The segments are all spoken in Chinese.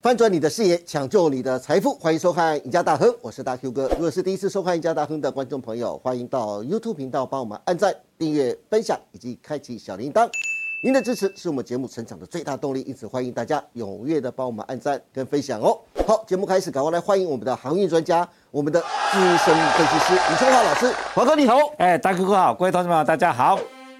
翻转你的视野，抢救你的财富，欢迎收看《赢家大亨》，我是大 Q 哥。如果是第一次收看《赢家大亨》的观众朋友，欢迎到 YouTube 频道帮我们按赞、订阅、分享以及开启小铃铛。您的支持是我们节目成长的最大动力，因此欢迎大家踊跃的帮我们按赞跟分享哦。好，节目开始，赶快来欢迎我们的航运专家，我们的资深分析师李春华老师。华哥你好， 大 Q 哥好，各位同学们大家好。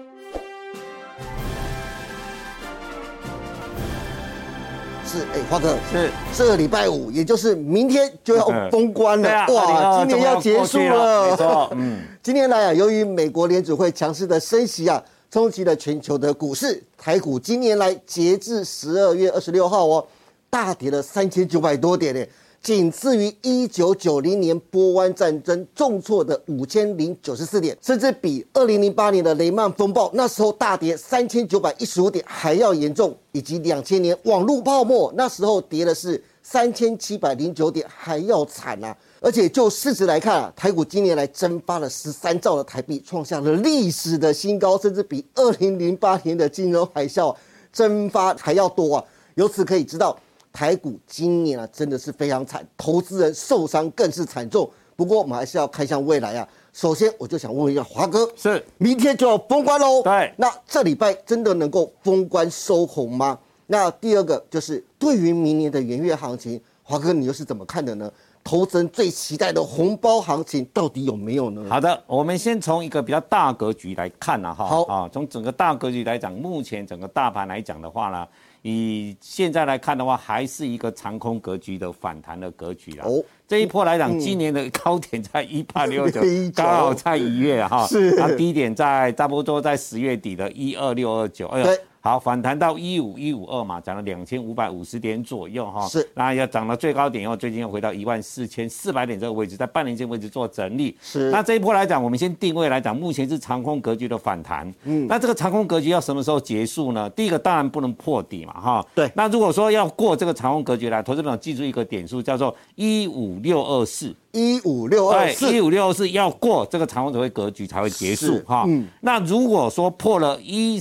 是，华哥是这礼拜五，也就是明天就要封关了， 哇， 今年要结束了。 没错， 今年来啊，由于美国联储会强势的升息啊，冲击了全球的股市，台股今年来截至12月26号哦，大跌了3900多点呢，仅次于1990年波湾战争重挫的5094点，甚至比2008年的雷曼风暴那时候大跌3915点还要严重，以及2000年网络泡沫那时候跌的是3709点还要惨啊！而且就市值来看啊，台股今年来蒸发了13兆的台币，创下了历史的新高，甚至比2008年的金融海啸蒸发还要多啊！由此可以知道，台股今年啊真的是非常惨，投资人受伤更是惨重。不过我们还是要看向未来啊。首先我就想问一下华哥， 是明天就要封关喽？ 对， 那这礼拜真的能够封关收红吗？那第二个就是对于明年的元月行情，华哥你又是怎么看的呢？投资人最期待的红包行情到底有没有呢？ 好的，我们先从一个比较大格局来看哈。 好啊，从整个大格局来讲，目前整个大盘来讲的话呢，以现在来看的话，还是一个长空格局的反弹的格局啦。哦，这一波来讲，今年的高点在1869，刚好在1月哈。 是， 它低点在差不多在10月底的12629。 对。 好，反弹到15152嘛，涨了2550点左右哈。 是， 那要涨到最高点以后，最近又回到14400点这个位置，在半年线位置做整理。 是， 那这一波来讲，我们先定位来讲，目前是长空格局的反弹。那这个长空格局要什么时候结束呢？第一个当然不能破底嘛哈。 对。 那如果说要过这个长空格局来，投资朋友记住一个点数，叫做15624。15624要过这个长空格局才会结束哈。那如果说破了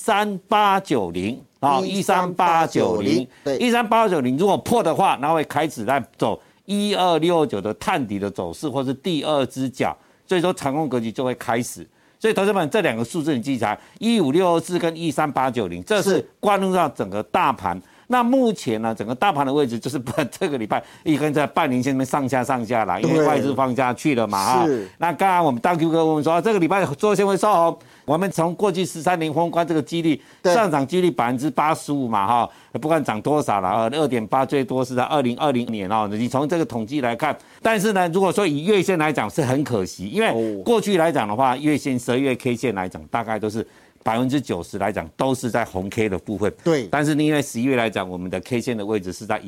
13890啊，13890，对，13890如果破的话，那会开始在走1269的探底的走势，或是第二只脚，所以说长空格局就会开始。所以投资们这两个数字你记起来，15624跟13890，这是关注到整个大盘。那目前呢，整个大盘的位置就是这个礼拜一根在半年线那边上下啦，因为外资放下去了嘛哈。那刚刚我们大 Q 哥问说，这个礼拜做先会收红，我们从过去13年封关这个几率，上涨几率85%嘛哈，不管涨多少了，2.8最多是在2020年哦。你从这个统计来看，但是呢，如果说以月线来讲是很可惜，因为过去来讲的话，月线12月 K 线来讲，大概都是90%来讲都是在红 K 的部分，对。但是因为11月来讲，我们的 K 线的位置是在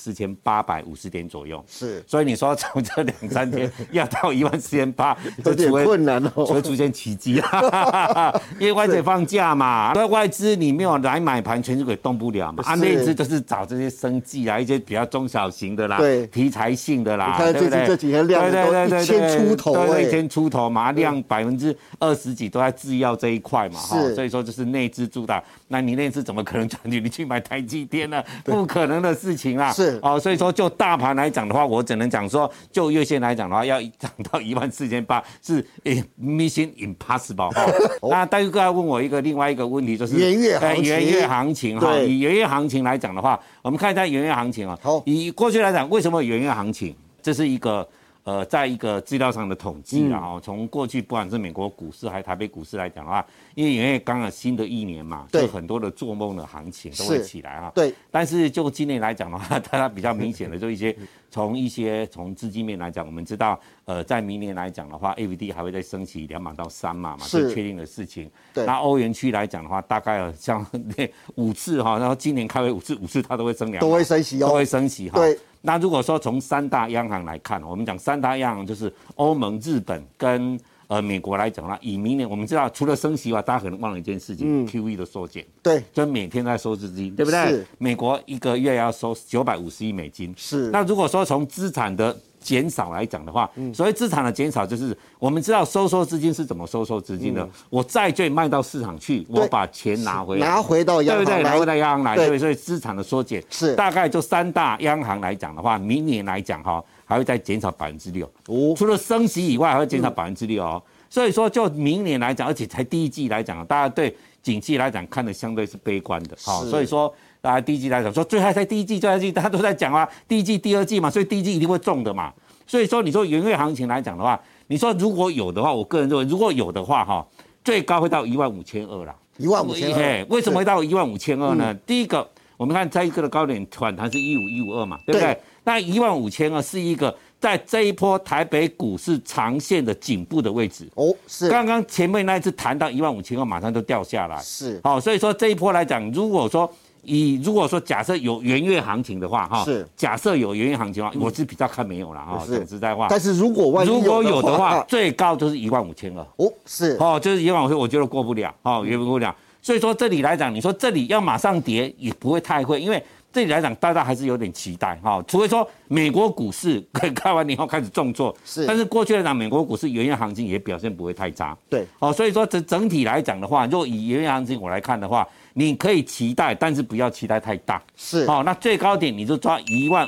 14850点左右，是。所以你说从这2-3天要到14800， 有点困难哦， 就会出现奇迹啦。因为外资放假嘛，所以外资你没有来买盘，全部给动不了嘛。内资就是找这些生技啊，一些比较中小型的啦，对，题材性的啦， 你看最近这几天量都1000出头， 对，1000出头嘛，量20%几都在制药这一块嘛，哈。所以说就是内资主导，那你内资怎么可能转你去买台积电呢？不可能的事情啦。是哦，所以说就大盘来讲的话，我只能讲说，就月线来讲的话，要涨到14800是mission impossible 哈。那大哥还问我另外一个问题，就是元月行情哈。以元月行情来讲的话，我们看一下元月行情啊。好，以过去来讲，为什么元月行情？这是一个。在一个资料上的统计啊，从过去不管是美国股市还是台北股市来讲的话，因为刚好新的一年嘛，就很多的做梦的行情都会起来啊。对。但是就今年来讲的话，它比较明显的就从资金面来讲，我们知道在明年来讲的话 ，ABD 还会再升息2码到3码嘛，是确定的事情。对。那欧元区来讲的话，大概像5次哈，然后今年开会5次它都会升2码， 都会升息哦， 都会升息哈。对。那如果说从3大央行来看，我们讲3大央行就是欧盟、日本跟美国来讲啦，以明年我们知道除了升息外，大家可能忘了一件事情，QE 的缩减，对，就每天在收资金，对不对？是。美国1个月要收950亿美金，是。那如果说从资产的减少来讲的话，所谓资产的减少，就是我们知道收缩资金是怎么收缩资金的。我债券卖到市场去，我把钱拿回来， 拿回到央行， 对不对？拿回到央行来，对，所以资产的缩减是大概就3大央行来讲的话，明年来讲哈，还会再减少6%。除了升息以外，还会减少6%哦。所以说，就明年来讲，而且才第一季来讲，大家对景气来讲看的相对是悲观的，所以说大家第一季来讲说，最后才第一季、第二季，大家都在讲啊，第一季、第二季嘛，所以第一季一定会中的嘛。所以说，你说元月行情来讲的话，你说如果有的话，我个人认为如果有的话哈，最高会到15200啦 ，15200。 为什么会到15200呢？第一个，我们看这一个的高点反弹是15152嘛，对不对？那15200是一个在这一波台北股市长线的颈部的位置是刚刚前面那一次谈到15200，马上就掉下来， 是所以说这一波来讲，如果说假设有元月行情的话， 是假设有元月行情的话，我是比较看没有啦，讲实在话。 但是如果有的话，最高就是15200 是就是15200，我觉得过不了，也过不了。所以说这里来讲，你说这里要马上跌也不会太会，因为这里来讲大家还是有点期待除非说美国股市看完以后开始重挫，但是过去来讲，美国股市元月行情也表现不会太差， 对， 所以说整体来讲的话，如果以元月行情我来看的话，你可以期待，但是不要期待太大， 是那最高点你就抓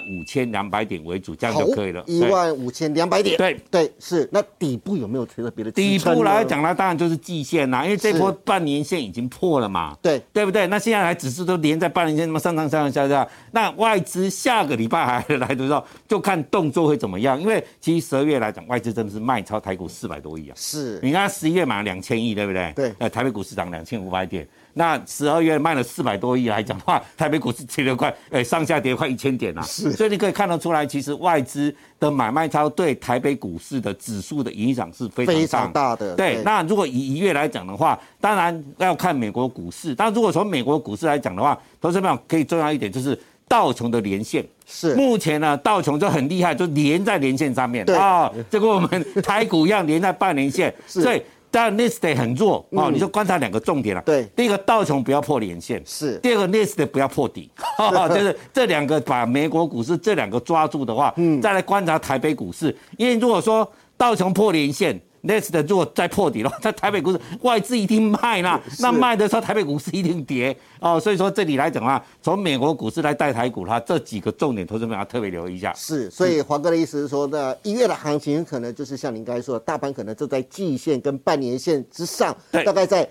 15200点为主，这样就可以了。 15200点，对，是。那底部有没有特别的支撑呢？ 底部来讲呢，当然就是季线啦，因为这波半年线已经破了嘛，对不对？那现在来指数都连在半年线，上下，那外资下个礼拜还来的时候，就看动作会怎么样。因为其实12月来讲，外资真的是卖超台股400多亿啊， 是。 你看11月买了2000亿，对不对？ 对。 台北股市涨2500点。那12月卖了400多亿来讲的话，台北股市跌了快，上下跌快1000点啊，所以你可以看得出来，其实外资的买卖超对台北股市的指数的影响是非常大的。对，那如果以1月来讲的话，当然要看美国股市。但如果从美国股市来讲的话，投资朋友可以重要一点就是道琼的连线。 是， 目前呢，道琼就很厉害，就连在连线上面就跟我们台股一样连在半年线，所以。当然 ，Nasdaq 很弱你就观察2个重点了。 对， 第一个道琼不要破连线， 是； 第二个 Nasdaq 不要破底，就是这2个把美国股市这2个抓住的话，再来观察台北股市。因为如果说道琼破连线，Nasdaq 如果再破底的话，在台北股市外资一定卖啦，那卖的时候台北股市一定跌所以说这里来讲的话，从美国股市来带台股的话，这几个重点投资者要特别留意一下。 是，所以华哥的意思是说，那1月的行情可能就是像您刚才说的，大盘可能就在季线跟半年线之上，大概在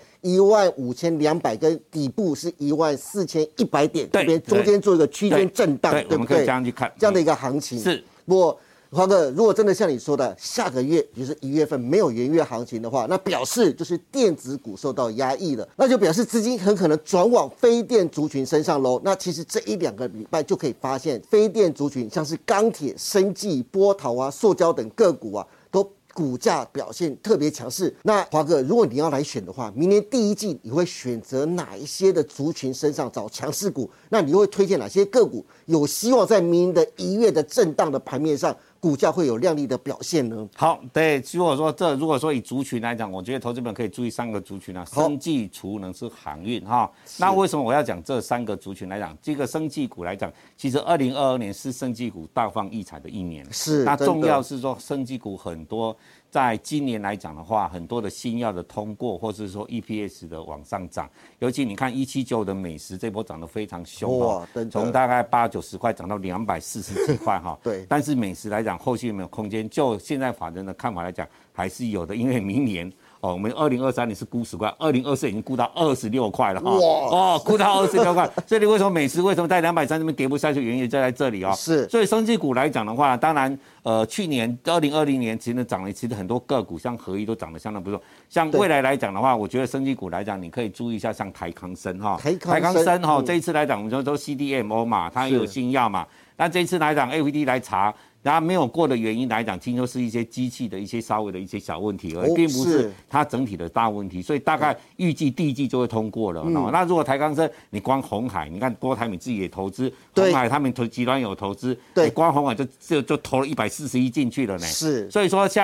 15200跟底部是14100点这边中间做一个区间震荡，对不对？ 我们可以这样去看这样的一个行情是。 不过华哥，如果真的像你说的，下个月就是1月份没有元月行情的话，那表示就是电子股受到压抑了，那就表示资金很可能转往非电族群身上喽。那其实这1-2个礼拜就可以发现，非电族群像是钢铁、生技、波涛塑胶等个股都股价表现特别强势。那华哥，如果你要来选的话，明年第一季你会选择哪一些的族群身上找强势股？那你会推荐哪些个股有希望在明年的1月的震荡的盘面上，股价会有亮丽的表现呢？ 好，对，如果说以族群来讲，我觉得投资者可以注意3个族群生技、储能是航运那为什么我要讲这3个族群来讲？这个生技股来讲，其实2022年是生技股大放异彩的一年。 是， 那重要是说生技股很多。在今年来讲的话，很多的新药的通过，或是说 EPS 的往上涨，尤其你看179的美食这波涨得非常凶从大概80-90块涨到240几块对， 但是美食来讲，后续有没有空间？就现在法人的看法来讲，还是有的，因为明年。我们2023年是估10块，2024已经估到26块了估到26块，所以为什么美食为什么在230这边跌不下去？原因就在这里是， 所以生技股来讲的话，当然去年2020年其实涨了，其实很多个股像合一都涨得相当不错。像未来来讲的话，我觉得生技股来讲，你可以注意一下，像台康生台康生这一次来讲，我们说都 CDMO 嘛，它也有新药嘛，那这一次来讲 FD 来查。然后没有过的原因来讲，听说是一些机器的一些稍微的一些小问题而已，并不是它整体的大问题，所以大概预计第1季就会通过了。那如果台康生，你光鸿海，你看郭台铭自己也投资，鸿海他们集团有投资，光鸿海就投了140亿进去了呢。 是， 所以说像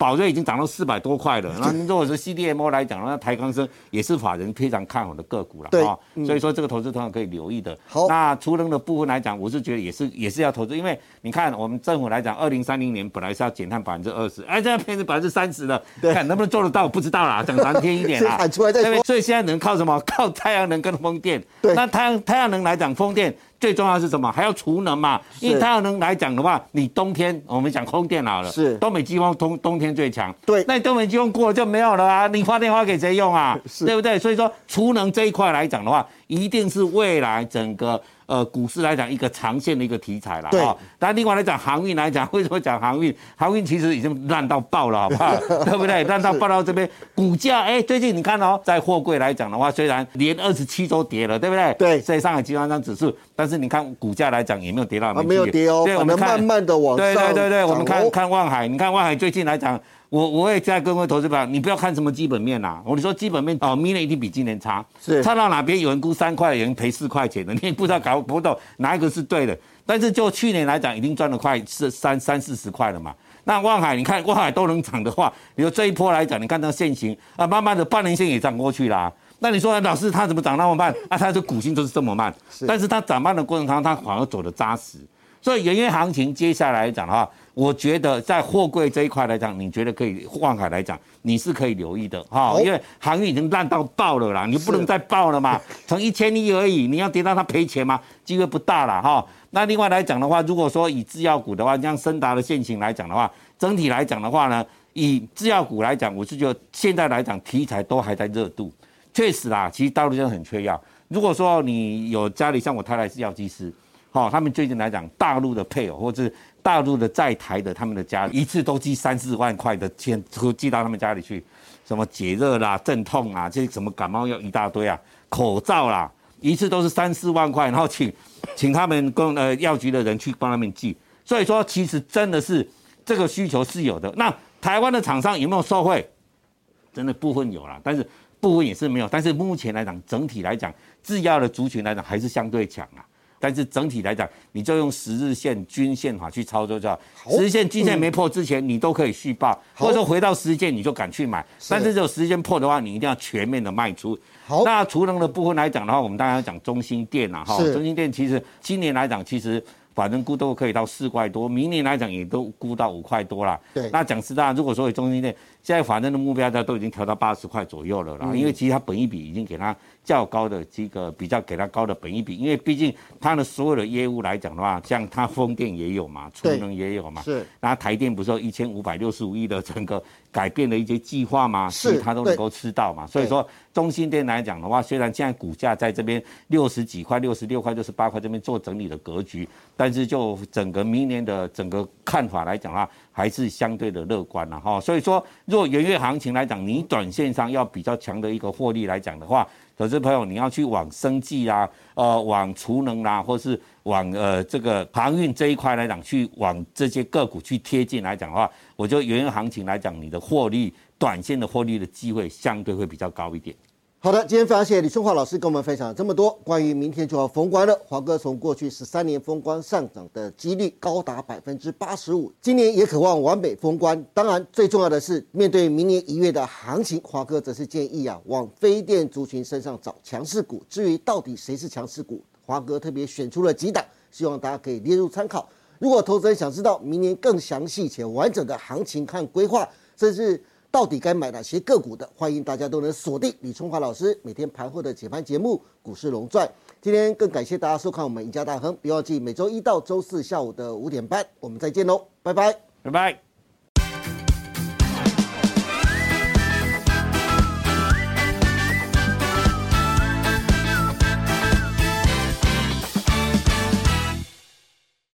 宝瑞已经涨到400多块了。那如果是 CDMO 来讲，那台钢生也是法人非常看好的个股了。 对， 所以说这个投资通常可以留意的。 好， 那储能的部分来讲，我是觉得也是要投资，因为你看我们政府来讲，2030年本来是要减碳20%，哎，现在变成30%了，看能不能做得到，不知道啦，讲难听一点啦。 喊出来再说。 所以现在能靠什么？靠太阳能跟风电。 对， 那太阳能来讲，风电最重要是什么？还要储能嘛。因为太阳能来讲的话，你冬天我们讲风电好了， 是东北季风冬天最强。 对， 那你东北季风过了就没有了啊，你发电发给谁用啊？对不对？所以说储能这一块来讲的话，一定是未来整个股市来讲一个长线的一个题材啦。 对， 但另外来讲航运来讲，为什么讲航运？航运其实已经烂到爆了，好不好？对不对？烂到爆到这边，股价最近你看哦，在货柜来讲的话，虽然连27周跌了，对不对？ 对， 所以上海集团商指数，但是你看股价来讲也没有跌到哪里去， 没有跌哦， 对，我们慢慢的往上。 对，我们看万海，你看万海最近来讲。我也在跟各位投资朋友，你不要看什么基本面啦，我说基本面明年一定比今年差，差到哪边有人估3块，有人赔4块钱的，你也不知道搞不懂哪一个是对的。但是就去年来讲，已经赚了快30-40块了嘛。那万海，你看万海都能涨的话，你说这一波来讲，你看那现行慢慢的半年线也涨过去啦。那你说老师他怎么涨那么慢？他的股性就是这么慢，但是他涨慢的过程当中，他反而走得扎实。所以原油行情接下来来讲的话，我觉得在货柜这一块来讲，你觉得可以万海来讲，你是可以留意的哈，因为航运已经烂到爆了啦，你不能再爆了嘛，从1000亿而已，你要跌到它赔钱吗？机会不大了哈。那另外来讲的话，如果说以制药股的话，像森达的现行来讲的话，整体来讲的话呢，以制药股来讲，我是觉得现在来讲题材都还在热度，确实啦，其实大陆真的很缺药。如果说你有家里像我太太是药剂师。他们最近来讲，大陆的配偶或者是大陆的在台的他们的家，一次都寄3-4万块的钱寄到他们家里去，什么解热啦、镇痛啊，这些什么感冒药一大堆啊，口罩啦，一次都是3-4万块，然后请他们药局的人去帮他们寄。所以说，其实真的是这个需求是有的。那台湾的厂商有没有受惠？真的部分有啦，但是部分也是没有。但是目前来讲，整体来讲，制药的族群来讲还是相对强啊。但是整体来讲，你就用10日线均线去操作就好。10日线均线没破之前，你都可以续报，或者说回到10日线你就敢去买。但是只有10日线破的话，你一定要全面的卖出。好，那储能的部分来讲的话，我们当然要讲中兴电啦，中兴电其实今年来讲，其实法人估都可以到4块多，明年来讲也都估到5块多啦。对，那讲实在，如果说有中兴电，现在法人的目标价都已经调到80块左右了啦，因为其实它本益比已经给它较高的这个比较给它高的本益比，因为毕竟它的所有的业务来讲的话，像它风电也有嘛，储能也有嘛，是，那台电不是有1565亿的整个改变的一些计划嘛，是，它都能够吃到嘛，所以说中兴电来讲的话，虽然现在股价在这边60几块、66块、68块这边做整理的格局，但是就整个明年的整个看法来讲的话，还是相对的乐观了哈。所以说，若元月行情来讲，你短线上要比较强的一个获利来讲的话，投资朋友你要去往生技啦，往储能啦，或是往这个航运这一块来讲，去往这些个股去贴近来讲的话，我觉得元月行情来讲，你的获利短线的获利的机会相对会比较高一点。 好的，今天非常谢谢李春华老师跟我们分享了这么多关于明天就要封关了。华哥从过去13年封关上涨的几率高达85%，今年也渴望完美封关。当然，最重要的是面对明年1月的行情，华哥则是建议往非电族群身上找强势股。至于到底谁是强势股，华哥特别选出了几档，希望大家可以列入参考。如果投资人想知道明年更详细且完整的行情和规划，甚至到底该买哪些个股的，欢迎大家都能锁定李春华老师每天盘后的解盘节目《股市龙传》。今天更感谢大家收看我们赢家大亨，别忘记每周1到周4下午的5点半，我们再见喽，拜拜， 拜拜。